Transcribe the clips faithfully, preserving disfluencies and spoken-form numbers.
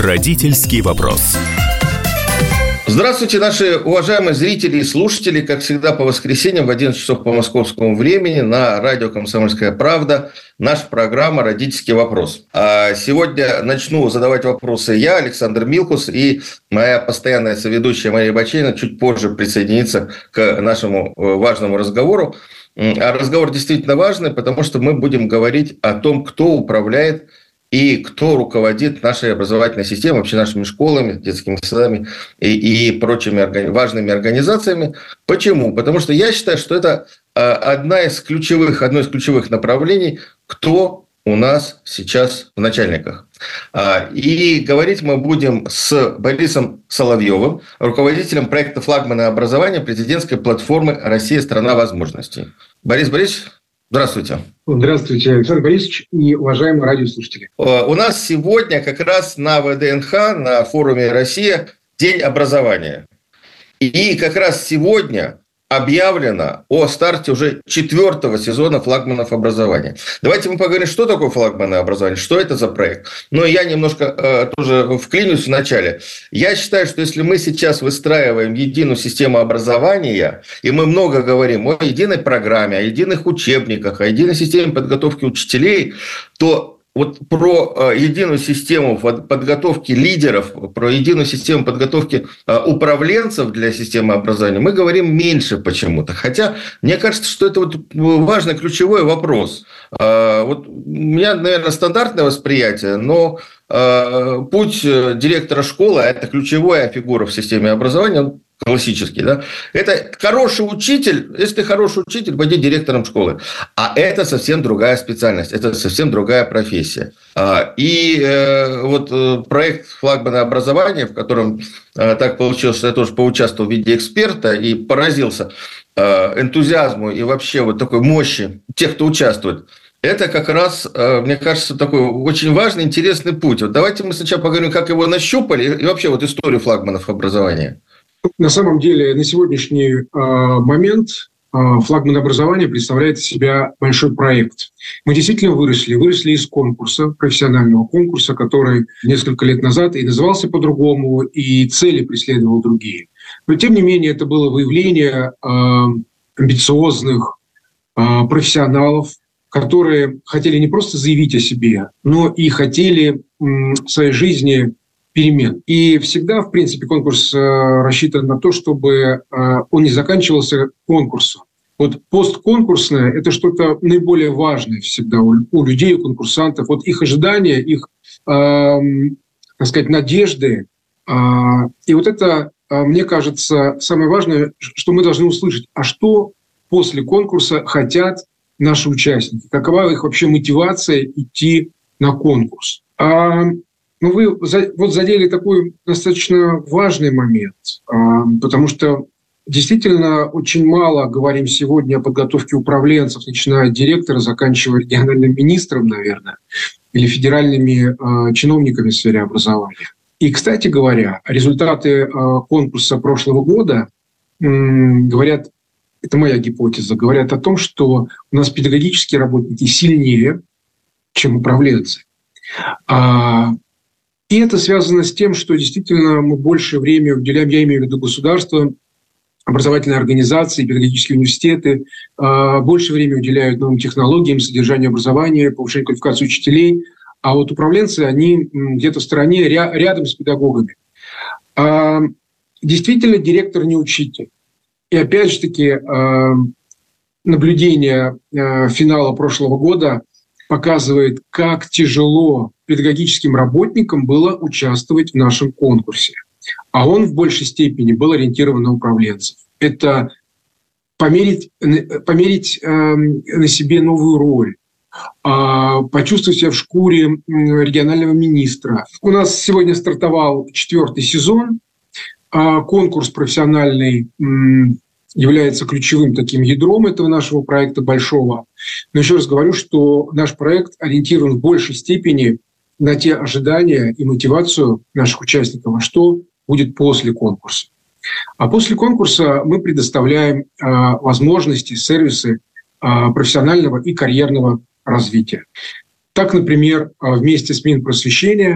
Родительский вопрос. Здравствуйте, наши уважаемые зрители и слушатели. Как всегда, по воскресеньям в одиннадцать часов по московскому времени на радио «Комсомольская правда» наша программа «Родительский вопрос». А сегодня начну задавать вопросы я, Александр Милкус, и моя постоянная соведущая Мария Баченина чуть позже присоединится к нашему важному разговору. А разговор действительно важный, потому что мы будем говорить о том, кто управляет и кто руководит нашей образовательной системой, вообще нашими школами, детскими садами и, и прочими органи- важными организациями. Почему? Потому что я считаю, что это одна из ключевых, одно из ключевых направлений, кто у нас сейчас в начальниках. И говорить мы будем с Борисом Соловьевым, руководителем проекта «Флагманы образования» президентской платформы «Россия – страна возможностей». Борис Борисович, здравствуйте. Здравствуйте, Александр Борисович и уважаемые радиослушатели. У нас сегодня как раз на ВДНХ, на форуме «Россия», День образования. И как раз сегодня объявлено о старте уже четвертого сезона «Флагманов образования». Давайте мы поговорим, что такое «Флагманы образования», что это за проект. Но я немножко э, тоже вклинюсь в начале. Я считаю, что если мы сейчас выстраиваем единую систему образования, и мы много говорим о единой программе, о единых учебниках, о единой системе подготовки учителей, то вот про единую систему подготовки лидеров, про единую систему подготовки управленцев для системы образования мы говорим меньше почему-то. Хотя мне кажется, что это вот важный ключевой вопрос. Вот у меня, наверное, стандартное восприятие, но путь директора школы – это ключевая фигура в системе образования, он классический, да, это хороший учитель, если ты хороший учитель, пойди директором школы. А это совсем другая специальность, это совсем другая профессия. И вот проект «Флагманы образования», в котором так получилось, что я тоже поучаствовал в виде эксперта и поразился энтузиазму и вообще вот такой мощи тех, кто участвует, это как раз, мне кажется, такой очень важный, интересный путь. Вот давайте мы сначала поговорим, как его нащупали, и вообще вот историю флагманов образования. На самом деле, на сегодняшний э, момент э, «Флагман образования» представляет из себя большой проект. Мы действительно выросли. Выросли из конкурса, профессионального конкурса, который несколько лет назад и назывался по-другому, и цели преследовал другие. Но, тем не менее, это было выявление э, амбициозных э, профессионалов, которые хотели не просто заявить о себе, но и хотели э, в своей жизни перемен. И всегда, в принципе, конкурс э, рассчитан на то, чтобы э, он не заканчивался конкурсом. Вот постконкурсное – это что-то наиболее важное всегда у, у людей, у конкурсантов. Вот их ожидания, их, э, так сказать, надежды. Э, и вот это, э, мне кажется, самое важное, что мы должны услышать. А что после конкурса хотят наши участники? Какова их вообще мотивация идти на конкурс? А, Ну, вы вот задели такой достаточно важный момент, потому что действительно очень мало говорим сегодня о подготовке управленцев, начиная от директора, заканчивая региональным министром, наверное, или федеральными чиновниками в сфере образования. И, кстати говоря, результаты конкурса прошлого года говорят, это моя гипотеза, говорят о том, что у нас педагогические работники сильнее, чем управленцы. И это связано с тем, что действительно мы больше времени уделяем, я имею в виду государство, образовательные организации, педагогические университеты, больше времени уделяют новым технологиям, содержанию образования, повышению квалификации учителей. А вот управленцы, они где-то в стороне, рядом с педагогами. Действительно, директор не учитель. И опять же таки, наблюдение финала прошлого года показывает, как тяжело педагогическим работникам было участвовать в нашем конкурсе. А он в большей степени был ориентирован на управленцев. Это померить, померить э, на себе новую роль, э, почувствовать себя в шкуре регионального министра. У нас сегодня стартовал четвертый сезон. Э, конкурс профессиональный э, является ключевым таким ядром этого нашего проекта большого. Но еще раз говорю, что наш проект ориентирован в большей степени на те ожидания и мотивацию наших участников, а что будет после конкурса. А после конкурса мы предоставляем э, возможности, сервисы э, профессионального и карьерного развития. Так, например, вместе с Минпросвещения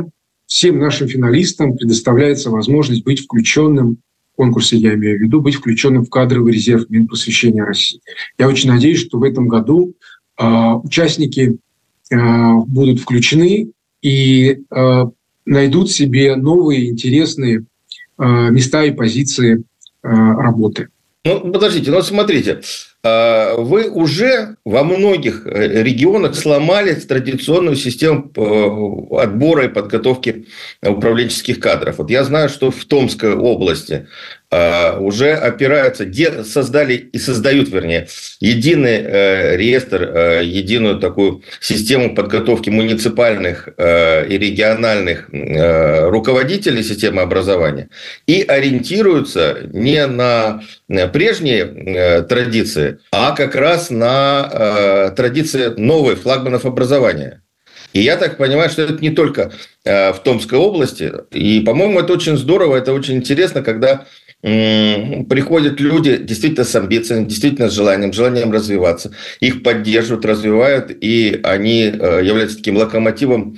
всем нашим финалистам предоставляется возможность быть включенным в конкурсе, я имею в виду, быть включенным в кадровый резерв Минпросвещения России. Я очень надеюсь, что в этом году э, участники э, будут включены и э, найдут себе новые интересные э, места и позиции э, работы. Ну, подождите, ну, смотрите, вы уже во многих регионах сломали традиционную систему отбора и подготовки управленческих кадров. Вот я знаю, что в Томской области уже опираются, создали и создают, вернее, единый реестр, единую такую систему подготовки муниципальных и региональных руководителей системы образования и ориентируются не на прежние традиции, а как раз на традиции новых флагманов образования. И я так понимаю, что это не только в Томской области. И, по-моему, это очень здорово, это очень интересно, когда приходят люди действительно с амбициями, действительно с желанием, желанием развиваться. Их поддерживают, развивают, и они являются таким локомотивом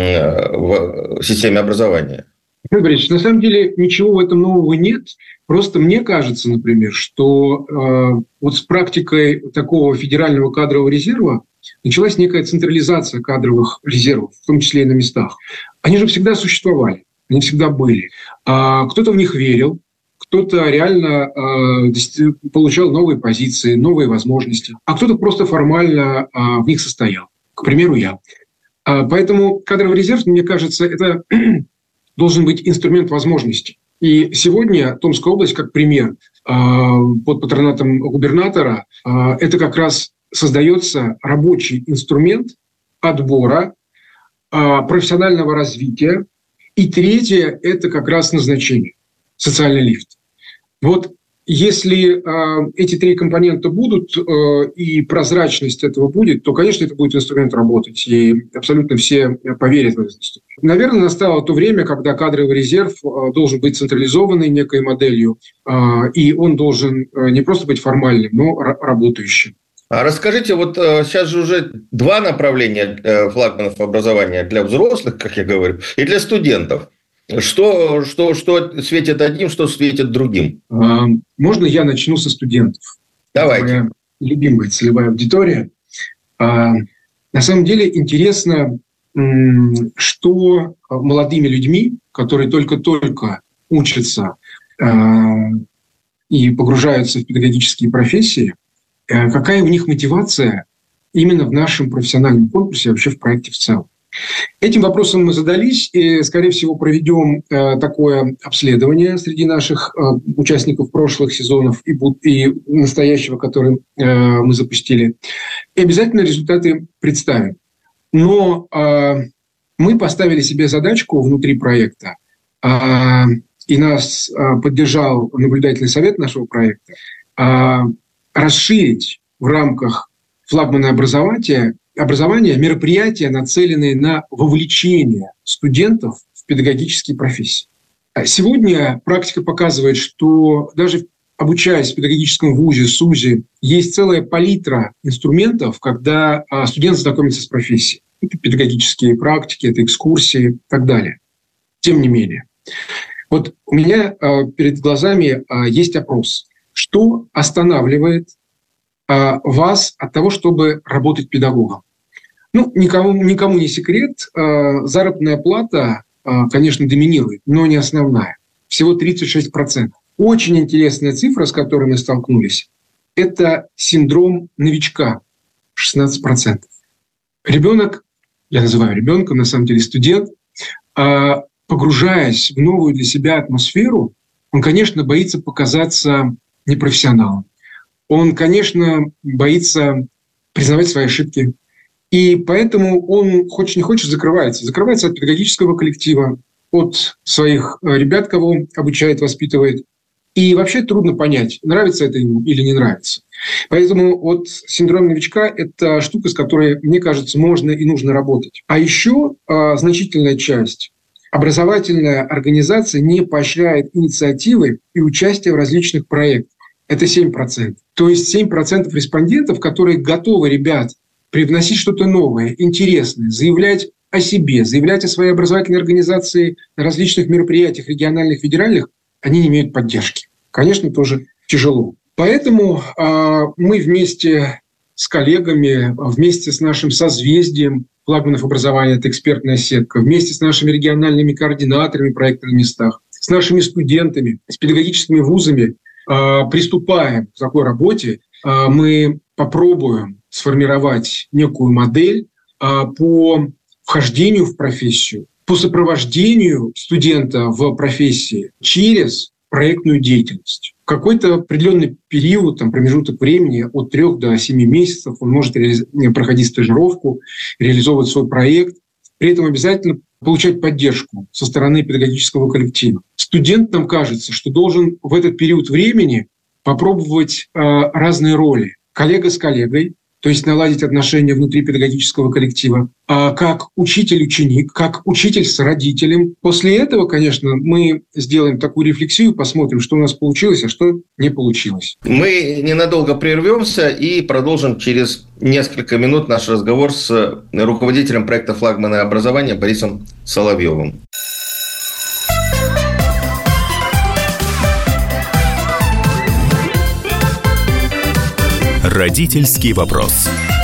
в системе образования. Александр Борисович, на самом деле ничего в этом нового нет. Просто мне кажется, например, что э, вот с практикой такого федерального кадрового резерва началась некая централизация кадровых резервов, в том числе и на местах. Они же всегда существовали, они всегда были. А кто-то в них верил, кто-то реально э, получал новые позиции, новые возможности, а кто-то просто формально э, в них состоял. К примеру, я. А, поэтому кадровый резерв, мне кажется, это должен быть инструмент возможностей. И сегодня Томская область, как пример, под патронатом губернатора, это как раз создается рабочий инструмент отбора, профессионального развития. И третье – это как раз назначение, социальный лифт. Вот если э, эти три компонента будут, э, и прозрачность этого будет, то, конечно, это будет инструмент работать, и абсолютно все поверят в это. Наверное, настало то время, когда кадровый резерв э, должен быть централизованной некой моделью, э, и он должен э, не просто быть формальным, но р- работающим. А расскажите, вот сейчас же уже два направления флагманов образования для взрослых, как я говорю, и для студентов. Что, что, что светит одним, что светит другим? Можно я начну со студентов? Давайте. Это моя любимая целевая аудитория. На самом деле интересно, что молодыми людьми, которые только-только учатся и погружаются в педагогические профессии, какая у них мотивация именно в нашем профессиональном конкурсе, вообще в проекте в целом. Этим вопросом мы задались и, скорее всего, проведем э, такое обследование среди наших э, участников прошлых сезонов и, и настоящего, который э, мы запустили. И обязательно результаты представим. Но э, мы поставили себе задачку внутри проекта, э, и нас э, поддержал наблюдательный совет нашего проекта, э, расширить в рамках флагмана образования образования мероприятия, нацеленные на вовлечение студентов в педагогические профессии. Сегодня практика показывает, что даже обучаясь в педагогическом вузе, СУЗе, есть целая палитра инструментов, когда студент знакомится с профессией. Это педагогические практики, это экскурсии и так далее. Тем не менее. Вот у меня перед глазами есть опрос. Что останавливает вас от того, чтобы работать педагогом? Ну, никому, никому не секрет, заработная плата, конечно, доминирует, но не основная. Всего тридцать шесть процентов. Очень интересная цифра, с которой мы столкнулись, это синдром новичка, шестнадцать процентов. Ребенок, я называю ребенком, на самом деле студент, погружаясь в новую для себя атмосферу, он, конечно, боится показаться непрофессионалом. Он, конечно, боится признавать свои ошибки. И поэтому он, хочет не хочет, закрывается. Закрывается от педагогического коллектива, от своих ребят, кого обучает, воспитывает. И вообще трудно понять, нравится это ему или не нравится. Поэтому вот синдром новичка – это штука, с которой, мне кажется, можно и нужно работать. А еще а, значительная часть образовательная организация не поощряет инициативы и участие в различных проектах. Это семь процентов. То есть семь процентов респондентов, которые готовы, ребят, привносить что-то новое, интересное, заявлять о себе, заявлять о своей образовательной организации на различных мероприятиях региональных, федеральных, они не имеют поддержки. Конечно, тоже тяжело. Поэтому э, мы вместе с коллегами, вместе с нашим созвездием флагманов образования, это экспертная сетка, вместе с нашими региональными координаторами проекта на местах, с нашими студентами, с педагогическими вузами э, приступаем к такой работе. Э, мы попробуем сформировать некую модель э, по вхождению в профессию, по сопровождению студента в профессии через проектную деятельность. В какой-то определенный период, там, промежуток времени от трех до семи месяцев он может реализ... проходить стажировку, реализовывать свой проект, при этом обязательно получать поддержку со стороны педагогического коллектива. Студент, нам кажется, что должен в этот период времени попробовать э, разные роли. Коллега с коллегой, то есть наладить отношения внутри педагогического коллектива, а как учитель-ученик, как учитель с родителем. После этого, конечно, мы сделаем такую рефлексию, посмотрим, что у нас получилось, а что не получилось. Мы ненадолго прервемся и продолжим через несколько минут наш разговор с руководителем проекта «Флагманы образования» Борисом Соловьевым. Родительский вопрос.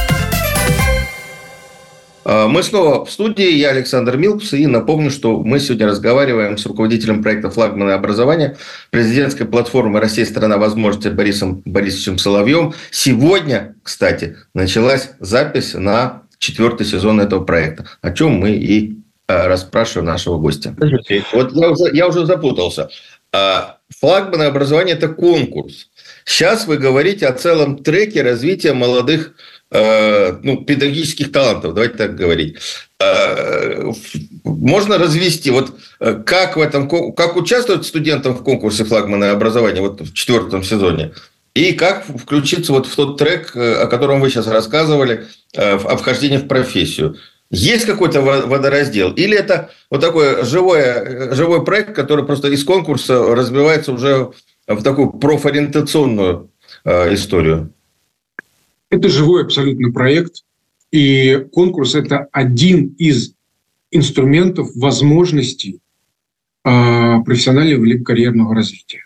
Мы снова в студии, я Александр Милкус, и напомню, что мы сегодня разговариваем с руководителем проекта «Флагманы образования» президентской платформы «Россия – страна возможностей» Борисом Борисовичем Соловьевым. Сегодня, кстати, началась запись на четвертый сезон этого проекта, о чем мы и расспрашиваем нашего гостя. Вот я уже, я уже запутался. «Флагманы образования» – это конкурс. Сейчас вы говорите о целом треке развития молодых э, ну, педагогических талантов, давайте так говорить. Э, можно развести, вот как в этом, как участвовать студентам в конкурсе «Флагманы образования» вот в четвертом сезоне, и как включиться вот в тот трек, о котором вы сейчас рассказывали, о вхождении в профессию. Есть какой-то водораздел? Или это вот такой живой, живой проект, который просто из конкурса разбивается уже в такую профориентационную э, историю? Это живой абсолютно проект. И конкурс – это один из инструментов, возможностей э, профессионального либо карьерного развития.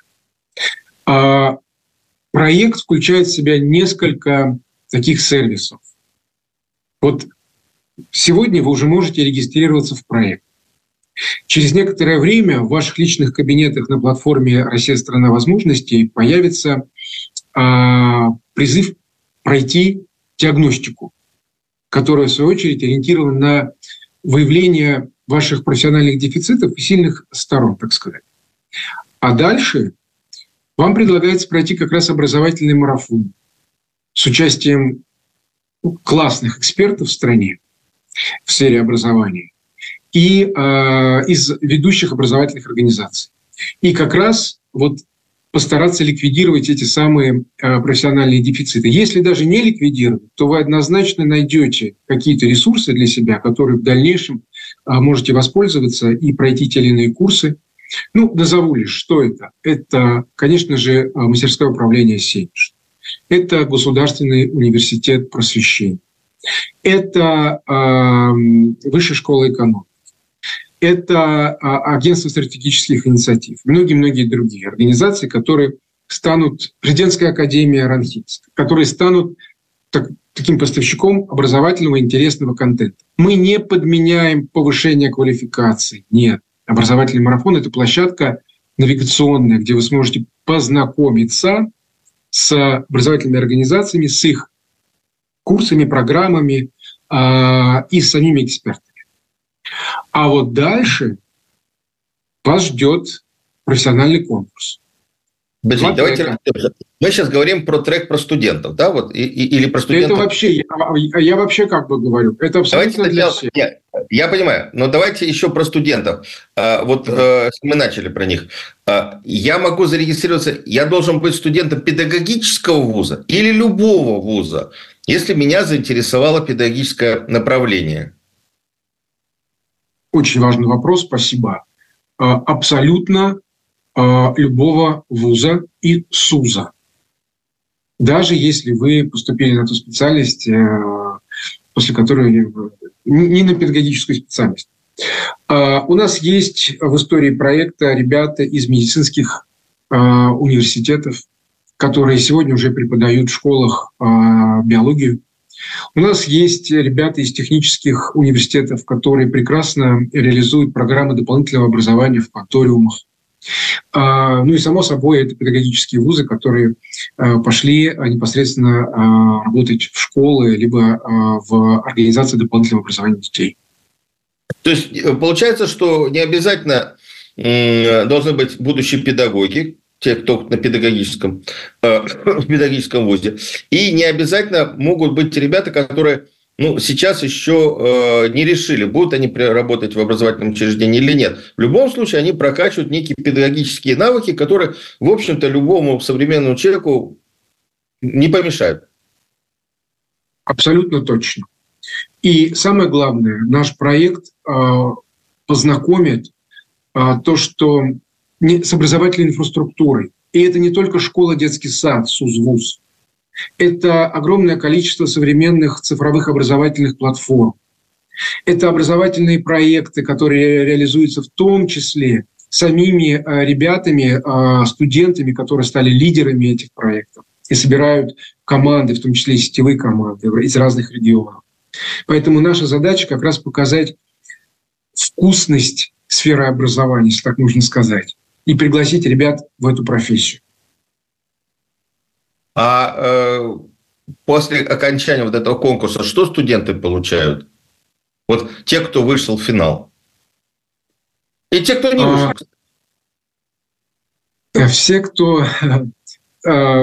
А проект включает в себя несколько таких сервисов. Вот сегодня вы уже можете регистрироваться в проект. Через некоторое время в ваших личных кабинетах на платформе «Россия – страна возможностей» появится э, призыв пройти диагностику, которая, в свою очередь, ориентирована на выявление ваших профессиональных дефицитов и сильных сторон, так сказать. А дальше вам предлагается пройти как раз образовательный марафон с участием классных экспертов в стране в сфере образования и э, из ведущих образовательных организаций. И как раз вот постараться ликвидировать эти самые э, профессиональные дефициты. Если даже не ликвидировать, то вы однозначно найдете какие-то ресурсы для себя, которые в дальнейшем э, можете воспользоваться и пройти те или иные курсы. Ну, назову лишь, что это. Это, конечно же, мастерское управление «Сенеж». Это Государственный университет просвещения. Это э, Высшая школа экономики. Это агентство стратегических инициатив, многие-многие другие организации, которые станут, президентская академия РАНХИКС, которые станут так, таким поставщиком образовательного интересного контента. Мы не подменяем повышение квалификации, нет. Образовательный марафон – это площадка навигационная, где вы сможете познакомиться с образовательными организациями, с их курсами, программами э, и с самими экспертами. А вот дальше вас ждет профессиональный конкурс. Подождите, давайте мы сейчас говорим про трек про студентов, да, вот и, и, или про студентов. Это вообще, я, я вообще как бы говорю, это абсолютно давайте для всех. Я, я понимаю, но давайте еще про студентов. А, вот а, мы начали про них. А, я могу зарегистрироваться, я должен быть студентом педагогического вуза или любого вуза, если меня заинтересовало педагогическое направление. Очень важный вопрос, спасибо. Абсолютно любого вуза и СУЗа. Даже если вы поступили на ту специальность, после которой не на педагогическую специальность. У нас есть в истории проекта ребята из медицинских университетов, которые сегодня уже преподают в школах биологию. У нас есть ребята из технических университетов, которые прекрасно реализуют программы дополнительного образования в конториумах. Ну и, само собой, это педагогические вузы, которые пошли непосредственно работать в школы либо в организации дополнительного образования детей. То есть получается, что не обязательно должны быть будущие педагоги, те, кто на педагогическом, э, в педагогическом вузе. И не обязательно могут быть ребята, которые ну, сейчас еще э, не решили, будут они работать в образовательном учреждении или нет. В любом случае, они прокачивают некие педагогические навыки, которые, в общем-то, любому современному человеку не помешают. Абсолютно точно. И самое главное, наш проект э, познакомит э, то, что с образовательной инфраструктурой. И это не только школа, детский сад, СУЗ-ВУЗ. Это огромное количество современных цифровых образовательных платформ. Это образовательные проекты, которые реализуются в том числе самими ребятами, студентами, которые стали лидерами этих проектов и собирают команды, в том числе и сетевые команды из разных регионов. Поэтому наша задача как раз показать вкусность сферы образования, если так можно сказать, и пригласить ребят в эту профессию. А э, после окончания вот этого конкурса что студенты получают? Вот те, кто вышел в финал. И те, кто не вышел. А, все, кто... Э,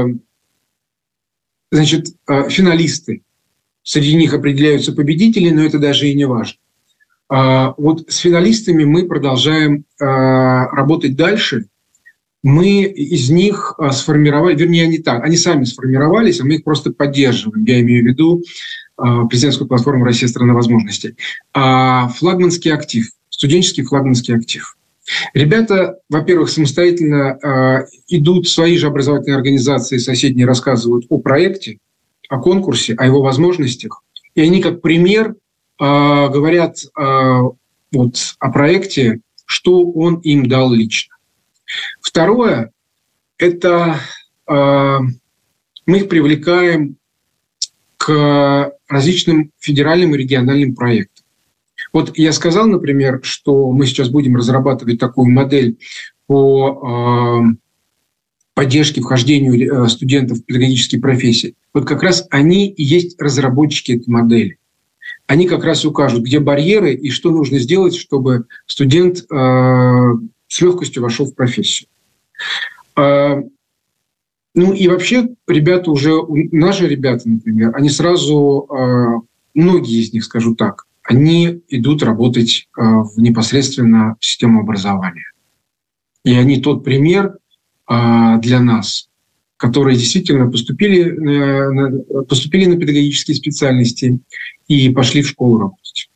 значит, финалисты. Среди них определяются победители, но это даже и не важно. Вот с финалистами мы продолжаем работать дальше. Мы из них сформировали, вернее, они так, они сами сформировались, а мы их просто поддерживаем. Я имею в виду президентскую платформу «Россия – страна возможностей». Флагманский актив, студенческий флагманский актив. Ребята, во-первых, самостоятельно идут в свои же образовательные организации, соседние рассказывают о проекте, о конкурсе, о его возможностях. И они как пример Uh, говорят uh, вот, о проекте, что он им дал лично. Второе – это uh, мы их привлекаем к различным федеральным и региональным проектам. Вот я сказал, например, что мы сейчас будем разрабатывать такую модель по uh, поддержке вхождению студентов в педагогические профессии. Вот как раз они и есть разработчики этой модели. Они как раз укажут, где барьеры и что нужно сделать, чтобы студент э, с легкостью вошел в профессию. Э, ну и вообще ребята уже, наши ребята, например, они сразу, э, многие из них, скажу так, они идут работать э, в, непосредственно в систему образования. И они тот пример э, для нас, которые действительно поступили, э, поступили на педагогические специальности и пошли в школу работать.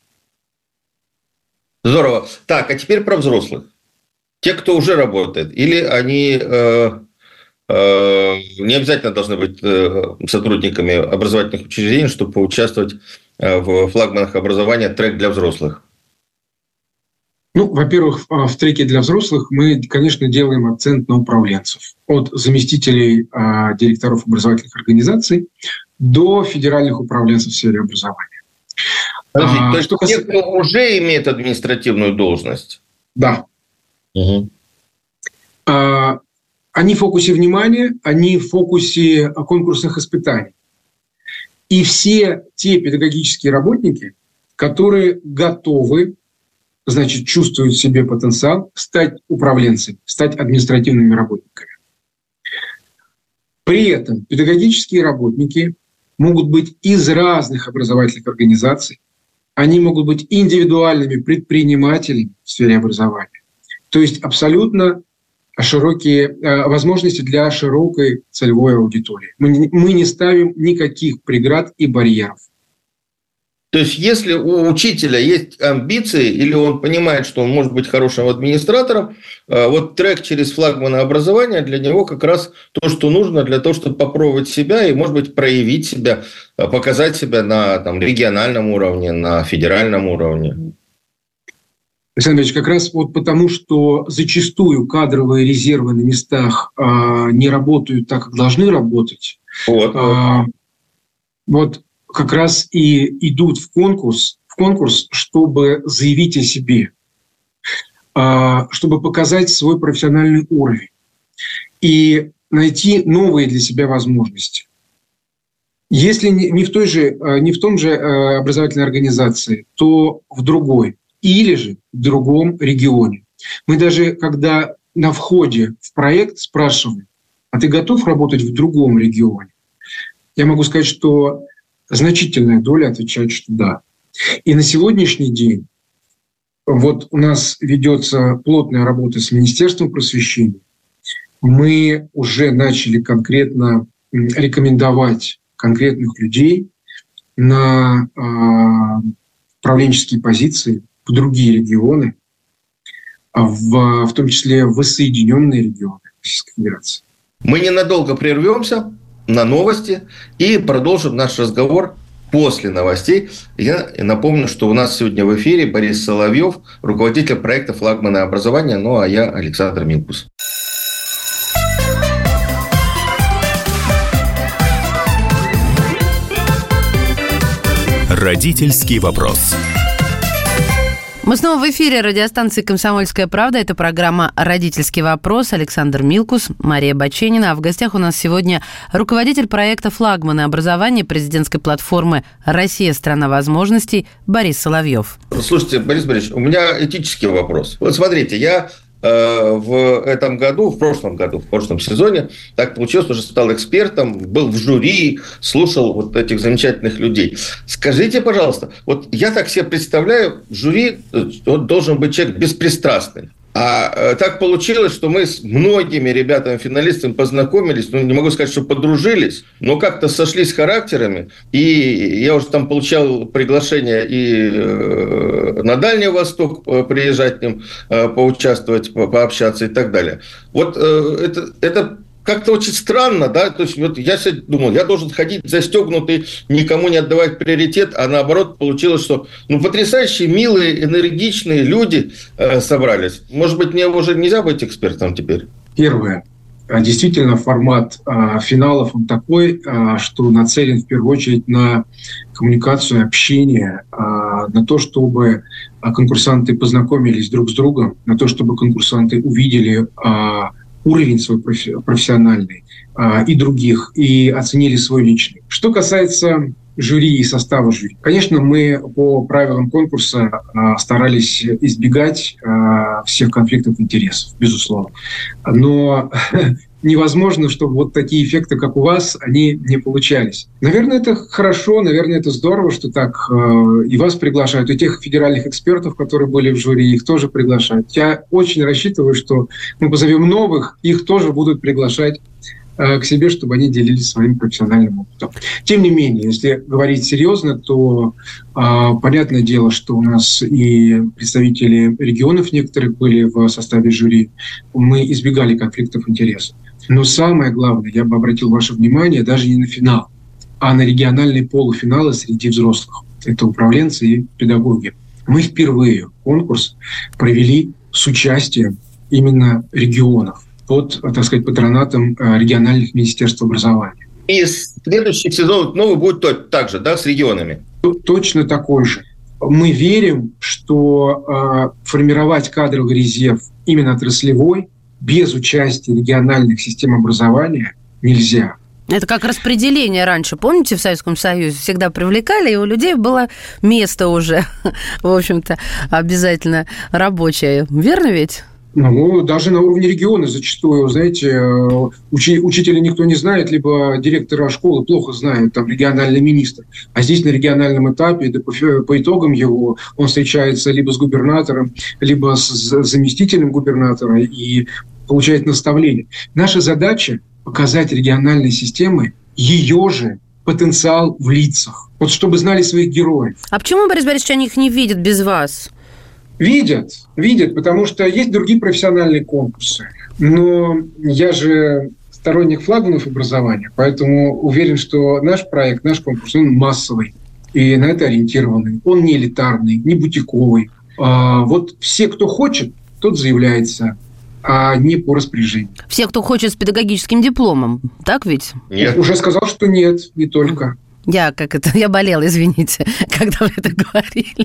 Здорово. Так, а теперь про взрослых. Те, кто уже работает, или они э, э, не обязательно должны быть э, сотрудниками образовательных учреждений, чтобы поучаствовать э, в флагманах образования «Трек для взрослых»? Ну, во-первых, в треке для взрослых мы, конечно, делаем акцент на управленцев. От заместителей э, директоров образовательных организаций до федеральных управленцев в сфере образования. Подожди, а, то есть, касается... те, кто уже имеет административную должность? Да. Угу. А, они в фокусе внимания, они в фокусе конкурсных испытаний. И все те педагогические работники, которые готовы, значит, чувствуют в себе потенциал стать управленцами, стать административными работниками. При этом педагогические работники могут быть из разных образовательных организаций, они могут быть индивидуальными предпринимателями в сфере образования. То есть абсолютно широкие э, возможности для широкой целевой аудитории. Мы не, мы не ставим никаких преград и барьеров. То есть, если у учителя есть амбиции, или он понимает, что он может быть хорошим администратором, вот трек через флагманы образования для него как раз то, что нужно для того, чтобы попробовать себя и, может быть, проявить себя, показать себя на там, региональном уровне, на федеральном уровне. Александр Ильич, как раз вот потому, что зачастую кадровые резервы на местах э, не работают так, как должны работать, вот, э, вот как раз и идут в конкурс, в конкурс, чтобы заявить о себе, э, чтобы показать свой профессиональный уровень и найти новые для себя возможности. Если не в той же, не в том же образовательной организации, то в другой. Или же в другом регионе. Мы даже, когда на входе в проект спрашиваем, а ты готов работать в другом регионе? Я могу сказать, что значительная доля отвечает, что да. И на сегодняшний день вот у нас ведется плотная работа с Министерством просвещения. Мы уже начали конкретно рекомендовать конкретных людей на э, управленческие позиции в другие регионы, в, в том числе в воссоединенные регионы Российской Федерации. Мы ненадолго прервемся на новости и продолжим наш разговор после новостей. Я напомню, что у нас сегодня в эфире Борис Соловьев, руководитель проекта «Флагманы образования», ну а я Александр Милкус. Родительский вопрос. Мы снова в эфире радиостанции «Комсомольская правда». Это программа «Родительский вопрос». Александр Милкус, Мария Баченина. А в гостях у нас сегодня руководитель проекта «Флагманы образования» президентской платформы «Россия – страна возможностей» Борис Соловьев. Слушайте, Борис Борисович, у меня этический вопрос. Вот смотрите, я э, в этом году, в прошлом году, в прошлом сезоне, так получилось, что стал экспертом, был в жюри, слушал вот этих замечательных людей. Скажите, пожалуйста, вот я так себе представляю, в жюри вот, должен быть человек беспристрастный. А так получилось, что мы с многими ребятами-финалистами познакомились, ну, не могу сказать, что подружились, но как-то сошлись характерами, и я уже там получал приглашение и на Дальний Восток приезжать к ним, поучаствовать, пообщаться и так далее. Вот это... это как-то очень странно, да, то есть вот я думал, я должен ходить застегнутый, никому не отдавать приоритет, а наоборот получилось, что ну, потрясающие, милые, энергичные люди э, собрались. Может быть, мне уже нельзя быть экспертом теперь? Первое. Действительно, формат э, финалов он такой, э, что нацелен в первую очередь на коммуникацию, общение, э, на то, чтобы конкурсанты познакомились друг с другом, на то, чтобы конкурсанты увидели э, уровень свой профессиональный а, и других, и оценили свой личный. Что касается жюри и состава жюри. Конечно, мы по правилам конкурса а, старались избегать а, всех конфликтов интересов, безусловно. Но невозможно, чтобы вот такие эффекты, как у вас, они не получались. Наверное, это хорошо, наверное, это здорово, что так э, и вас приглашают, и тех федеральных экспертов, которые были в жюри, их тоже приглашают. Я очень рассчитываю, что мы позовем новых, их тоже будут приглашать э, к себе, чтобы они делились своим профессиональным опытом. Тем не менее, если говорить серьезно, то э, понятное дело, что у нас и представители регионов некоторых были в составе жюри, мы избегали конфликтов интересов. Но самое главное, я бы обратил ваше внимание даже не на финал, а на региональные полуфиналы среди взрослых. Это управленцы и педагоги. Мы впервые конкурс провели с участием именно регионов под, так сказать, патронатом региональных министерств образования. И следующий сезон новый будет так же, да, с регионами? Точно такой же. Мы верим, что э, формировать кадровый резерв именно отраслевой без участия региональных систем образования нельзя. Это как распределение раньше. Помните, в Советском Союзе всегда привлекали, и у людей было место уже, в общем-то, обязательно рабочее. Верно ведь? Ну, даже на уровне региона зачастую, знаете, учи, учителя никто не знает, либо директора школы плохо знает, там, региональный министр. А здесь на региональном этапе, да, по, по итогам его, он встречается либо с губернатором, либо с заместителем губернатора и получает наставление. Наша задача – показать региональной системе ее же потенциал в лицах. Вот чтобы знали своих героев. А почему, Борис Борисович, они их не видят без вас? Видят, видят, потому что есть другие профессиональные конкурсы. Но я же сторонник флагманов образования, поэтому уверен, что наш проект, наш конкурс, он массовый и на это ориентированный. Он не элитарный, не бутиковый. А вот все, кто хочет, тот заявляется, а не по распоряжению. Все, кто хочет с педагогическим дипломом, так ведь? Нет. Уже сказал, что нет, не только. Я как это, я болела, извините, когда вы это говорили.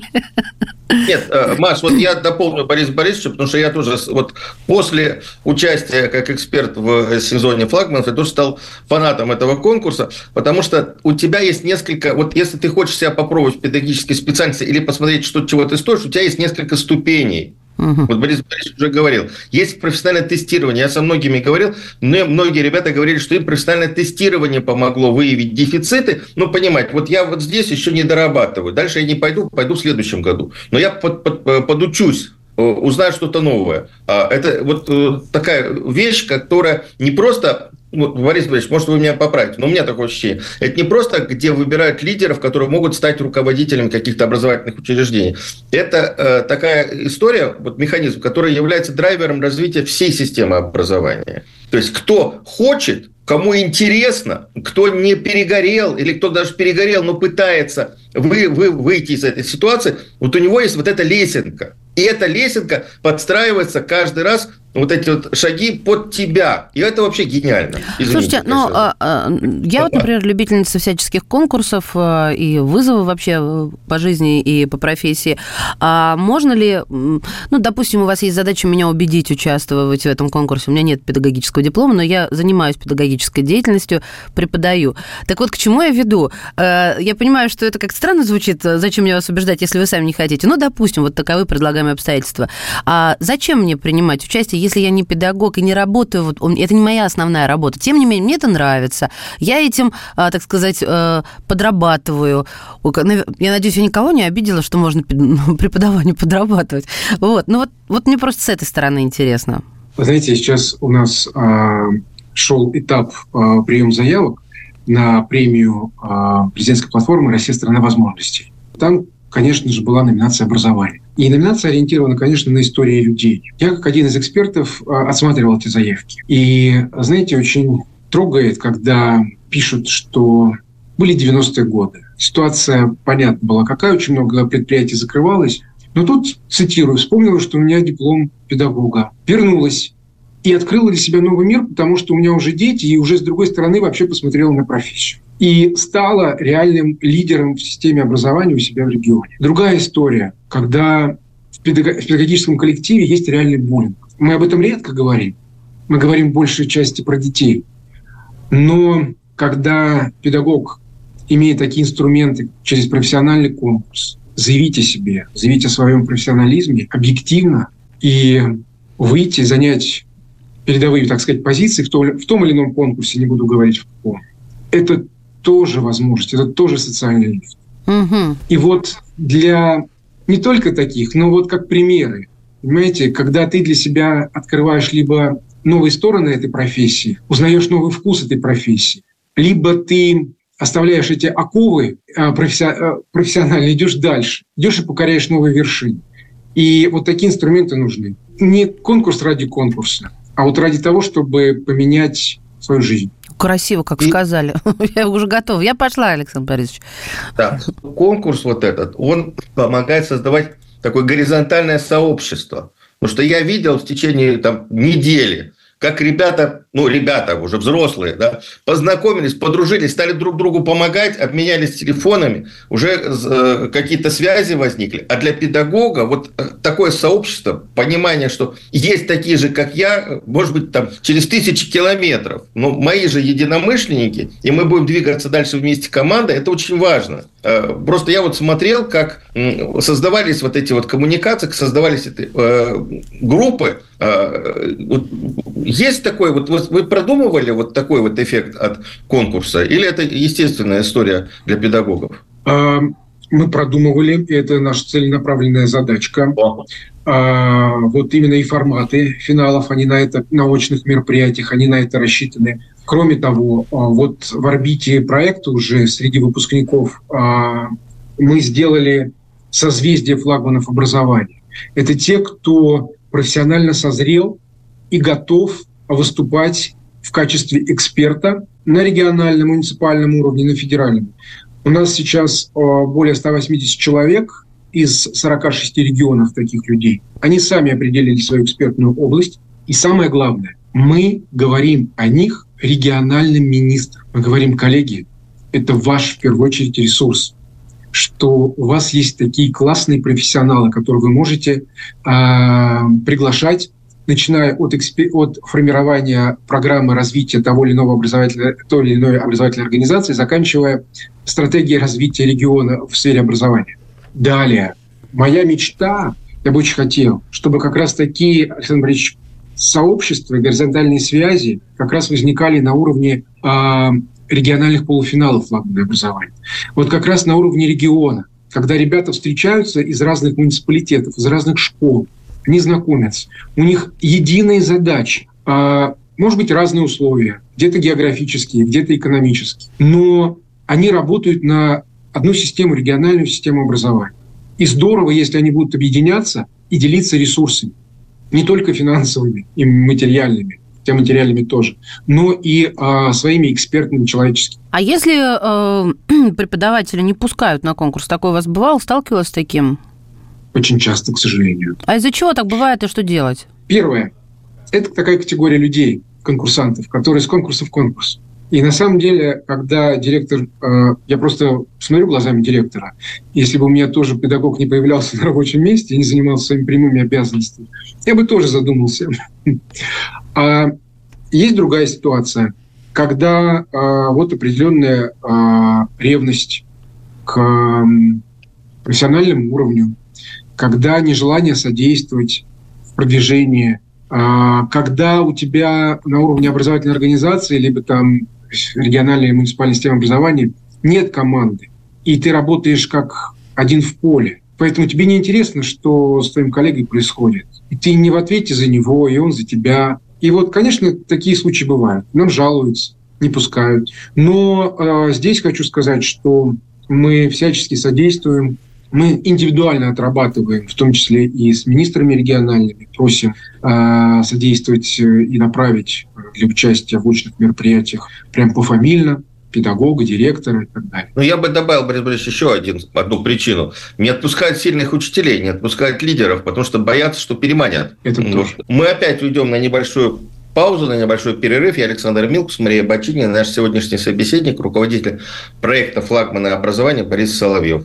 Нет, Маш, вот я дополню Бориса Борисовича, потому что я тоже вот после участия как эксперт в сезоне флагманов, я тоже стал фанатом этого конкурса, потому что у тебя есть несколько, вот если ты хочешь себя попробовать в педагогической специальности или посмотреть, что, чего ты стоишь, у тебя есть несколько ступеней. Uh-huh. Вот Борис Борисович уже говорил. Есть профессиональное тестирование. Я со многими говорил, но многие ребята говорили, что им профессиональное тестирование помогло выявить дефициты. Ну, понимаете, вот я вот здесь еще не дорабатываю. Дальше я не пойду, пойду в следующем году. Но я под, под, подучусь, узнаю что-то новое. Это вот такая вещь, которая не просто... Борис Борисович, может, вы меня поправите, но у меня такое ощущение. Это не просто, где выбирают лидеров, которые могут стать руководителями каких-то образовательных учреждений. Это э, такая история, вот механизм, который является драйвером развития всей системы образования. То есть, кто хочет, кому интересно, кто не перегорел, или кто даже перегорел, но пытается вы, вы, выйти из этой ситуации, вот у него есть вот эта лесенка. И эта лесенка подстраивается каждый раз, вот эти вот шаги под тебя. И это вообще гениально. Извините, слушайте, ну, а, а, я вот, например, любительница всяческих конкурсов а, и вызовов вообще по жизни и по профессии. А можно ли, ну, допустим, у вас есть задача меня убедить участвовать в этом конкурсе. У меня нет педагогического диплома, но я занимаюсь педагогической деятельностью, преподаю. Так вот, к чему я веду? Я понимаю, что это как-то странно звучит, зачем мне вас убеждать, если вы сами не хотите. Ну, допустим, вот таковы предлагаемые обстоятельства. А зачем мне принимать участие, если я не педагог и не работаю, вот, это не моя основная работа. Тем не менее, мне это нравится. Я этим, так сказать, подрабатываю. Я надеюсь, я никого не обидела, что можно преподаванию подрабатывать. Вот. Ну вот, вот мне просто с этой стороны интересно. Вы знаете, сейчас у нас а, шел этап а, приема заявок на премию а, президентской платформы «Россия – страна возможностей». Там, конечно же, была номинация «Образование». И номинация ориентирована, конечно, на истории людей. Я, как один из экспертов, отсматривал эти заявки. И, знаете, очень трогает, когда пишут, что были девяностые годы. Ситуация, понятно, была какая, очень много предприятий закрывалось. Но тут, цитирую, вспомнила, что у меня диплом педагога. Вернулась и открыла для себя новый мир, потому что у меня уже дети, и уже с другой стороны вообще посмотрела на профессию. И стала реальным лидером в системе образования у себя в регионе. Другая история, когда в педагогическом коллективе есть реальный буллинг. Мы об этом редко говорим. Мы говорим в большей части про детей. Но когда педагог имеет такие инструменты через профессиональный конкурс, заявить о себе, заявить о своем профессионализме объективно и выйти, занять передовые, так сказать, позиции в том, в том или ином конкурсе, не буду говорить в каком, это тоже возможность, это тоже социальный лифт. Угу. И вот для не только таких, но вот как примеры, понимаете, когда ты для себя открываешь либо новые стороны этой профессии, узнаешь новый вкус этой профессии, либо ты оставляешь эти оковы профессионально, идешь дальше, идешь и покоряешь новые вершины. И вот такие инструменты нужны. Не конкурс ради конкурса, а вот ради того, чтобы поменять свою жизнь. Красиво, как и... сказали. Я уже готова. Я пошла, Александр Борисович. Да. Конкурс вот этот, он помогает создавать такое горизонтальное сообщество. Потому что я видел в течение там, недели, как ребята, ну, ребята уже взрослые, да, познакомились, подружились, стали друг другу помогать, обменялись телефонами, уже э, какие-то связи возникли. А для педагога вот такое сообщество, понимание, что есть такие же, как я, может быть, там через тысячи километров, но мои же единомышленники, и мы будем двигаться дальше вместе командой, это очень важно. Э, просто я вот смотрел, как э, создавались вот эти вот коммуникации, создавались эти э, группы. Э, вот, есть такой вот, вы продумывали вот такой вот эффект от конкурса? Или это естественная история для педагогов? Мы продумывали, это наша целенаправленная задачка. А, вот именно и форматы финалов, они на это, на очных мероприятиях, они на это рассчитаны. Кроме того, вот в орбите проекта уже среди выпускников мы сделали созвездие флагманов образования. Это те, кто профессионально созрел и готов выступать в качестве эксперта на региональном, муниципальном уровне, на федеральном. У нас сейчас более ста восьмидесяти человек из сорока шести регионов таких людей. Они сами определили свою экспертную область. И самое главное, мы говорим о них региональным министрам. Мы говорим, коллеги, это ваш, в первую очередь, ресурс, что у вас есть такие классные профессионалы, которые вы можете э, приглашать, начиная от, экспер... от формирования программы развития того или иного образовательной, той или иной образовательной организации, заканчивая стратегией развития региона в сфере образования. Далее, моя мечта, я бы очень хотел, чтобы как раз такие, Александр Борисович, сообщества и горизонтальные связи как раз возникали на уровне э, региональных полуфиналов флагманного образования. Вот как раз на уровне региона, когда ребята встречаются из разных муниципалитетов, из разных школ, они знакомятся. У них единые задачи. Э, может быть, разные условия. Где-то географические, где-то экономические. Но они работают на одну систему, региональную систему образования. И здорово, если они будут объединяться и делиться ресурсами. Не только финансовыми и материальными, хотя материальными тоже, но и э, своими экспертными, человеческими. А если э, преподаватели не пускают на конкурс, такое у вас бывало? Сталкивалась с таким? Очень часто, к сожалению. А из-за чего так бывает и что делать? Первое. Это такая категория людей, конкурсантов, которые с конкурса в конкурс. И на самом деле, когда директор... Э, я просто смотрю глазами директора. Если бы у меня тоже педагог не появлялся на рабочем месте и не занимался своими прямыми обязанностями, я бы тоже задумался. А есть другая ситуация, когда э, вот определенная э, ревность к профессиональному уровню, когда нежелание содействовать в продвижении, э, когда у тебя на уровне образовательной организации либо там региональной и муниципальной системы образования нет команды, и ты работаешь как один в поле. Поэтому тебе не интересно, что с твоим коллегой происходит. И ты не в ответе за него, и он за тебя. И вот, конечно, такие случаи бывают. Нам жалуются, не пускают. Но э, здесь хочу сказать, что мы всячески содействуем. Мы индивидуально отрабатываем, в том числе и с министрами региональными, просим э, содействовать и направить для участия в очных мероприятиях прям пофамильно педагога, директора и так далее. Ну, я бы добавил, Борис Борисович, еще один, одну причину. Не отпускают сильных учителей, не отпускают лидеров, потому что боятся, что переманят. Это тоже. Мы опять уйдем на небольшую паузу, на небольшой перерыв. Я Александр Милкус, Мария Бачинина, наш сегодняшний собеседник, руководитель проекта «Флагманы образования» Борис Соловьев.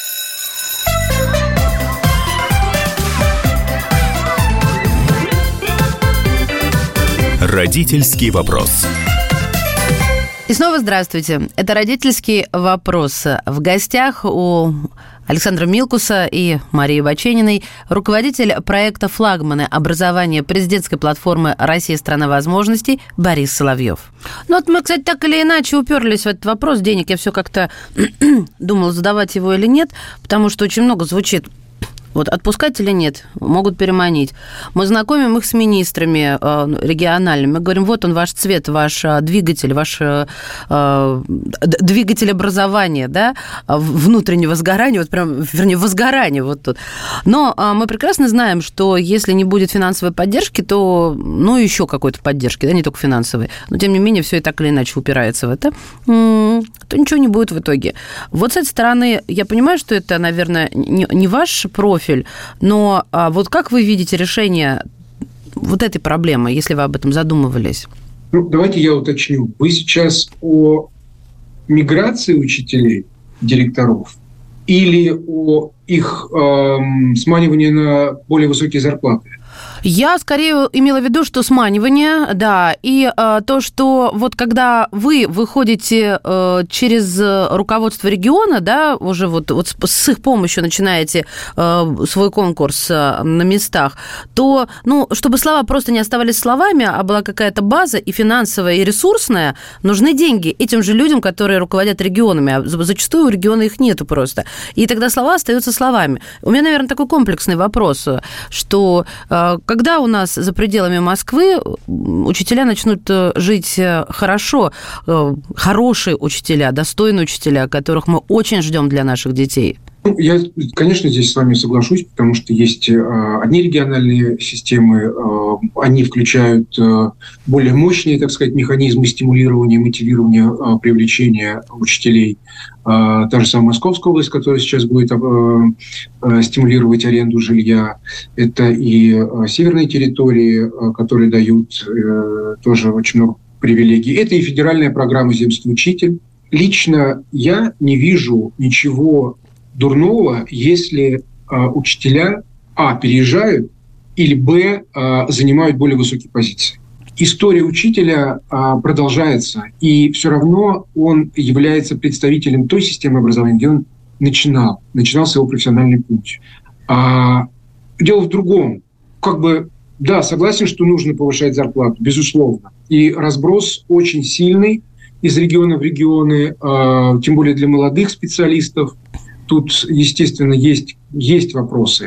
Родительский вопрос. И снова здравствуйте. Это «Родительский вопрос». В гостях у Александра Милкуса и Марии Бачениной руководитель проекта «Флагманы образования» президентской платформы «Россия – страна возможностей» Борис Соловьев. Ну вот мы, кстати, так или иначе уперлись в этот вопрос денег. Я все как-то думала, задавать его или нет, потому что очень много звучит. Вот отпускать или нет, могут переманить. Мы знакомим их с министрами э, региональными. Мы говорим, вот он, ваш цвет, ваш э, двигатель, ваш э, двигатель образования, да, внутреннего сгорания, вот прям, вернее, возгорания вот тут. Но э, мы прекрасно знаем, что если не будет финансовой поддержки, то, ну, еще какой-то поддержки, да, не только финансовой, но, тем не менее, все и так или иначе упирается в это, то ничего не будет в итоге. Вот с этой стороны, я понимаю, что это, наверное, не, не ваш профиль, но а, вот как вы видите решение вот этой проблемы, если вы об этом задумывались? Ну, давайте я уточню. Вы сейчас о миграции учителей, директоров, или о их эм, сманивании на более высокие зарплаты? Я скорее имела в виду, что сманивание, да, и э, то, что вот когда вы выходите э, через руководство региона, да, уже вот, вот с, с их помощью начинаете э, свой конкурс э, на местах, то, ну, чтобы слова просто не оставались словами, а была какая-то база и финансовая, и ресурсная, нужны деньги этим же людям, которые руководят регионами, а зачастую у региона их нету просто. И тогда слова остаются словами. У меня, наверное, такой комплексный вопрос, что э, когда у нас за пределами Москвы учителя начнут жить хорошо, хорошие учителя, достойные учителя, которых мы очень ждем для наших детей? Я, конечно, здесь с вами соглашусь, потому что есть одни региональные системы, они включают более мощные, так сказать, механизмы стимулирования, мотивирования, привлечения учителей. Та же самая Московская область, которая сейчас будет стимулировать аренду жилья. Это и северные территории, которые дают тоже очень много привилегий. Это и федеральная программа «Земский учитель». Лично я не вижу ничего дурного, если а, учителя, а, переезжают, или, б, а, занимают более высокие позиции. История учителя а, продолжается, и все равно он является представителем той системы образования, где он начинал, начинался его профессиональный путь. А, дело в другом. Как бы, да, согласен, что нужно повышать зарплату, безусловно. И разброс очень сильный из региона в регионы, а, тем более для молодых специалистов. Тут, естественно, есть, есть вопросы.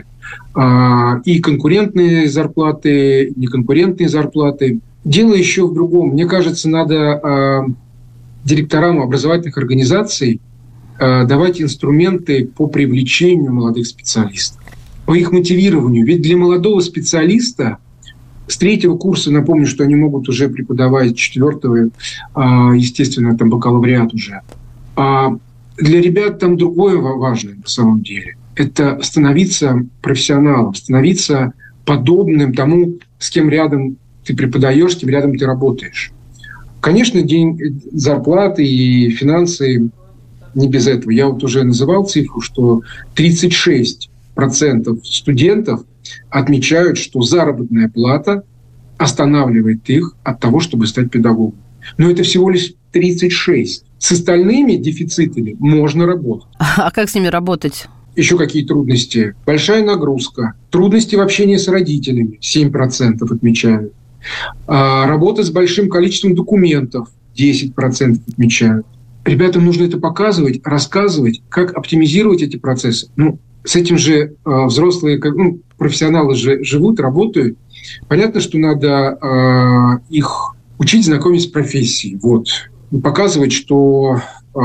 А, и конкурентные зарплаты, и неконкурентные зарплаты. Дело еще в другом. Мне кажется, надо а, директорам образовательных организаций а, давать инструменты по привлечению молодых специалистов, по их мотивированию. Ведь для молодого специалиста с третьего курса, напомню, что они могут уже преподавать, четвертого, а, естественно, там бакалавриат уже. А, Для ребят там другое важное на самом деле. Это становиться профессионалом, становиться подобным тому, с кем рядом ты преподаешь, с кем рядом ты работаешь. Конечно, день зарплаты и финансы не без этого. Я вот уже называл цифру, что тридцать шесть процентов студентов отмечают, что заработная плата останавливает их от того, чтобы стать педагогом. Но это всего лишь тридцать шесть. С остальными дефицитами можно работать. А как с ними работать? Еще какие трудности? Большая нагрузка. Трудности в общении с родителями. семь процентов отмечают. А работа с большим количеством документов. десять процентов отмечают. Ребятам нужно это показывать, рассказывать, как оптимизировать эти процессы. Ну, с этим же э, взрослые ну, профессионалы же живут, работают. Понятно, что надо э, их учить знакомить с профессией. Вот. И показывать, что э,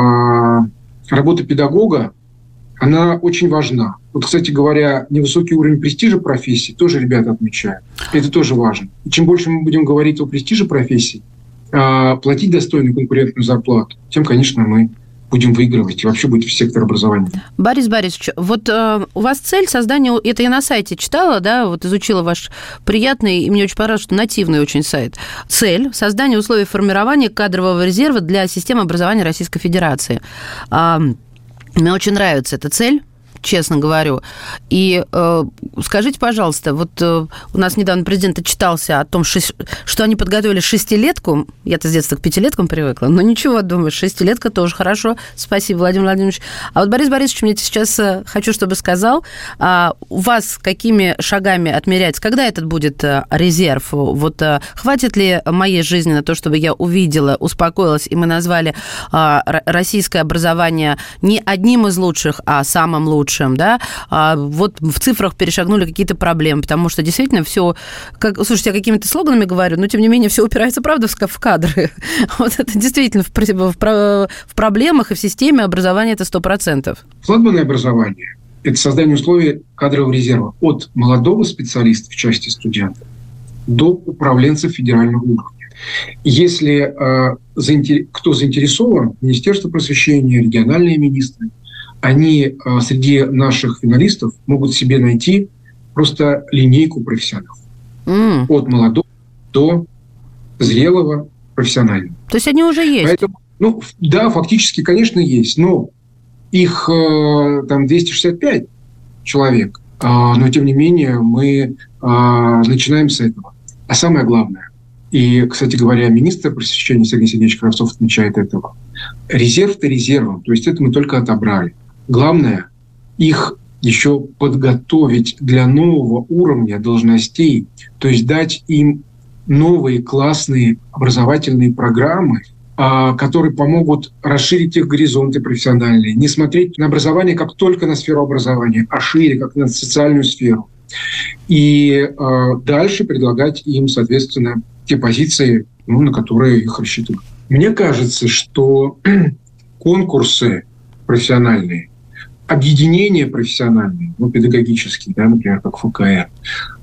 работа педагога, она очень важна. Вот, кстати говоря, невысокий уровень престижа профессии тоже ребята отмечают. Это тоже важно. И чем больше мы будем говорить о престиже профессии, э, платить достойную конкурентную зарплату, тем, конечно, мы будем выигрывать и вообще быть в сектор образования. Борис Борисович, вот э, у вас цель создания, это я на сайте читала, да, вот изучила ваш приятный, и мне очень понравилось, что нативный очень сайт. Цель – создание условий формирования кадрового резерва для системы образования Российской Федерации. Э, мне очень нравится эта цель, честно говорю. И э, скажите, пожалуйста, вот э, у нас недавно президент отчитался о том, что они подготовили шестилетку. Я-то с детства к пятилеткам привыкла, но ничего, думаю, шестилетка тоже хорошо. Спасибо, Владимир Владимирович. А вот Борис Борисович мне сейчас э, хочу, чтобы сказал, э, у вас какими шагами отмеряется, когда этот будет э, резерв? Вот э, хватит ли моей жизни на то, чтобы я увидела, успокоилась, и мы назвали э, российское образование не одним из лучших, а самым лучшим? Да, а вот в цифрах перешагнули какие-то проблемы, потому что действительно все, как, слушайте, я какими-то слоганами говорю, но тем не менее все упирается, правда, в кадры. Вот это действительно в, в, в проблемах и в системе образования это сто процентов. Флагманное образование – это создание условий кадрового резерва от молодого специалиста в части студентов до управленцев федерального уровня. Если э, заинтер... кто заинтересован, Министерство просвещения, региональные министры, они а, среди наших финалистов могут себе найти просто линейку профессионалов. Mm. От молодого до зрелого профессионального. То есть они уже есть? Поэтому, ну, да, фактически, конечно, есть. Но их э, там двести шестьдесят пять человек. А, но, тем не менее, мы а, начинаем с этого. А самое главное, и, кстати говоря, министр просвещения Сергей Сергеевич Кравцов отмечает этого, резерв-то резервом. То есть это мы только отобрали. Главное, их еще подготовить для нового уровня должностей, то есть дать им новые классные образовательные программы, которые помогут расширить их горизонты профессиональные, не смотреть на образование как только на сферу образования, а шире, как на социальную сферу. И э, дальше предлагать им, соответственно, те позиции, ну, на которые их рассчитывают. Мне кажется, что конкурсы профессиональные, объединения профессиональные, ну, педагогические, да, например, как эф ка эр,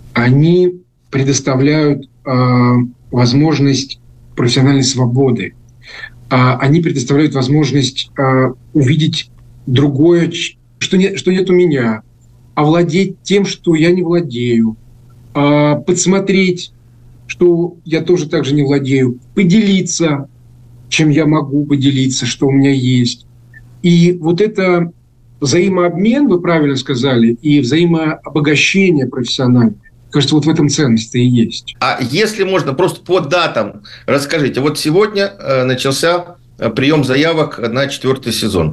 они предоставляют э, возможность профессиональной свободы. Э, они предоставляют возможность э, увидеть другое, что, не, что нет у меня, овладеть тем, что я не владею, э, подсмотреть, что я тоже так же не владею, поделиться, чем я могу поделиться, что у меня есть. И вот это взаимообмен, вы правильно сказали, и взаимообогащение профессиональное, кажется, вот в этом ценность-то и есть. А если можно, просто по датам расскажите. Вот сегодня э, начался прием заявок на четвертый сезон.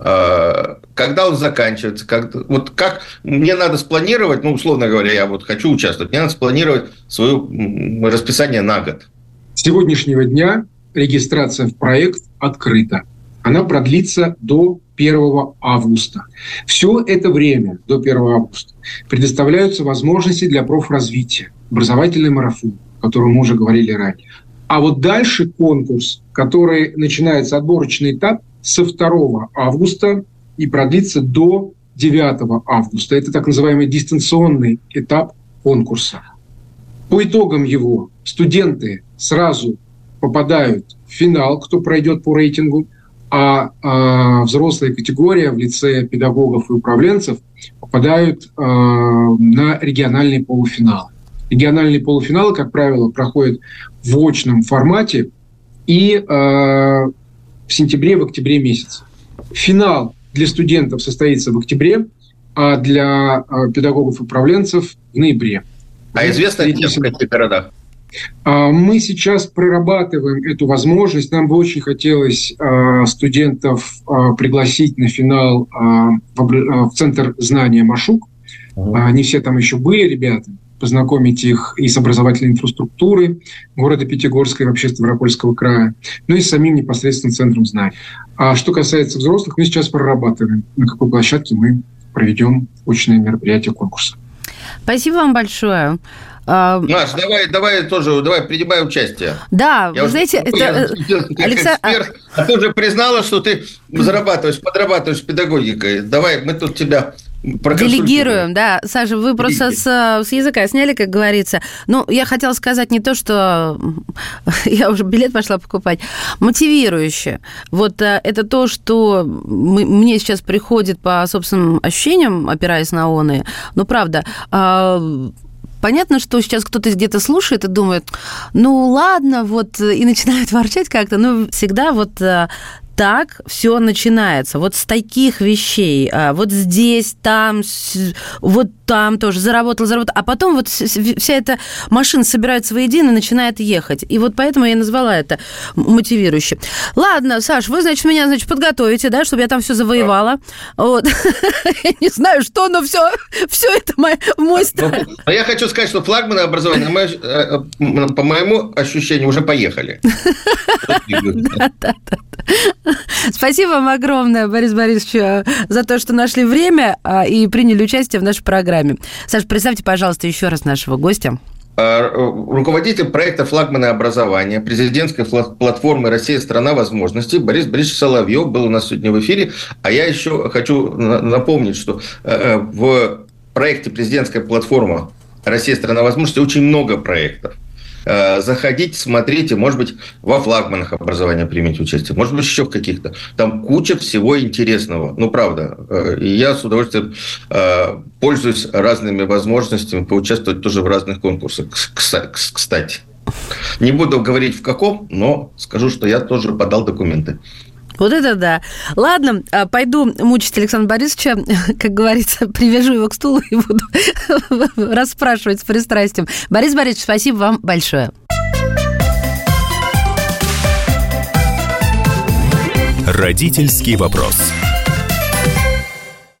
Э, когда он заканчивается? Как, вот как мне надо спланировать, ну, условно говоря, я вот хочу участвовать, мне надо спланировать свое расписание на год. С сегодняшнего дня регистрация в проект открыта. Она продлится до первого августа. Все это время, до первого августа, предоставляются возможности для профразвития. Образовательный марафон, о котором мы уже говорили ранее. А вот дальше конкурс, который начинается отборочный этап со второго августа и продлится до девятого августа. Это так называемый дистанционный этап конкурса. По итогам его студенты сразу попадают в финал, кто пройдет по рейтингу, а, а взрослая категория в лице педагогов и управленцев попадают а, на региональные полуфиналы. Региональные полуфиналы, как правило, проходят в очном формате и а, в сентябре, в октябре месяце. Финал для студентов состоится в октябре, а для а, педагогов и управленцев в ноябре. А известно, где, в каких городах? Мы сейчас прорабатываем эту возможность. Нам бы очень хотелось студентов пригласить на финал в Центр знания Машук. Uh-huh. Не все там еще были, ребята. Познакомить их и с образовательной инфраструктурой города Пятигорска и вообще Ставропольского края, ну и с самим непосредственно Центром знаний. А что касается взрослых, мы сейчас прорабатываем, на какой площадке мы проведем очное мероприятие конкурса. Спасибо вам большое. Маш, давай, давай тоже, давай принимай участие. Да, я вы знаете, это... Александр... Эксперт, а ты уже признала, что ты зарабатываешь, подрабатываешь педагогикой. Давай, мы тут тебя делегируем, да. Саша, вы просто с, с языка сняли, как говорится. Ну, я хотела сказать не то, что я уже билет пошла покупать, мотивирующе. Вот это то, что мы, мне сейчас приходит по собственным ощущениям, опираясь на оные. Ну, правда, понятно, что сейчас кто-то где-то слушает и думает, ну, ладно, вот, и начинает ворчать как-то, но всегда вот так все начинается. Вот с таких вещей. Вот здесь, там, вот там тоже заработал, заработал. А потом вот вся эта машина собирается воедино и начинает ехать. И вот поэтому я назвала это мотивирующе. Ладно, Саш, вы, значит, меня, значит, подготовите, да, чтобы я там все завоевала. Вот. Я не знаю, что, но все, все это мой страх. А я хочу сказать, что флагманы образования, по моему ощущению, уже поехали. Спасибо вам огромное, Борис Борисович, за то, что нашли время и приняли участие в нашей программе. Саша, представьте, пожалуйста, еще раз нашего гостя. Руководитель проекта «Флагманы образования» президентской платформы «Россия – страна возможностей» Борис Борисович Соловьев был у нас сегодня в эфире. А я еще хочу напомнить, что в проекте президентская платформа «Россия – страна возможностей» очень много проектов. Заходите, смотрите, может быть, во флагманах образования примите участие, может быть, еще в каких-то. Там куча всего интересного. Ну, правда. И я с удовольствием пользуюсь разными возможностями поучаствовать тоже в разных конкурсах. Кстати. Не буду говорить в каком, но скажу, что я тоже подал документы. Вот это да. Ладно, пойду мучить Александра Борисовича, как говорится, привяжу его к стулу и буду расспрашивать с пристрастием. Борис Борисович, спасибо вам большое. Родительский вопрос.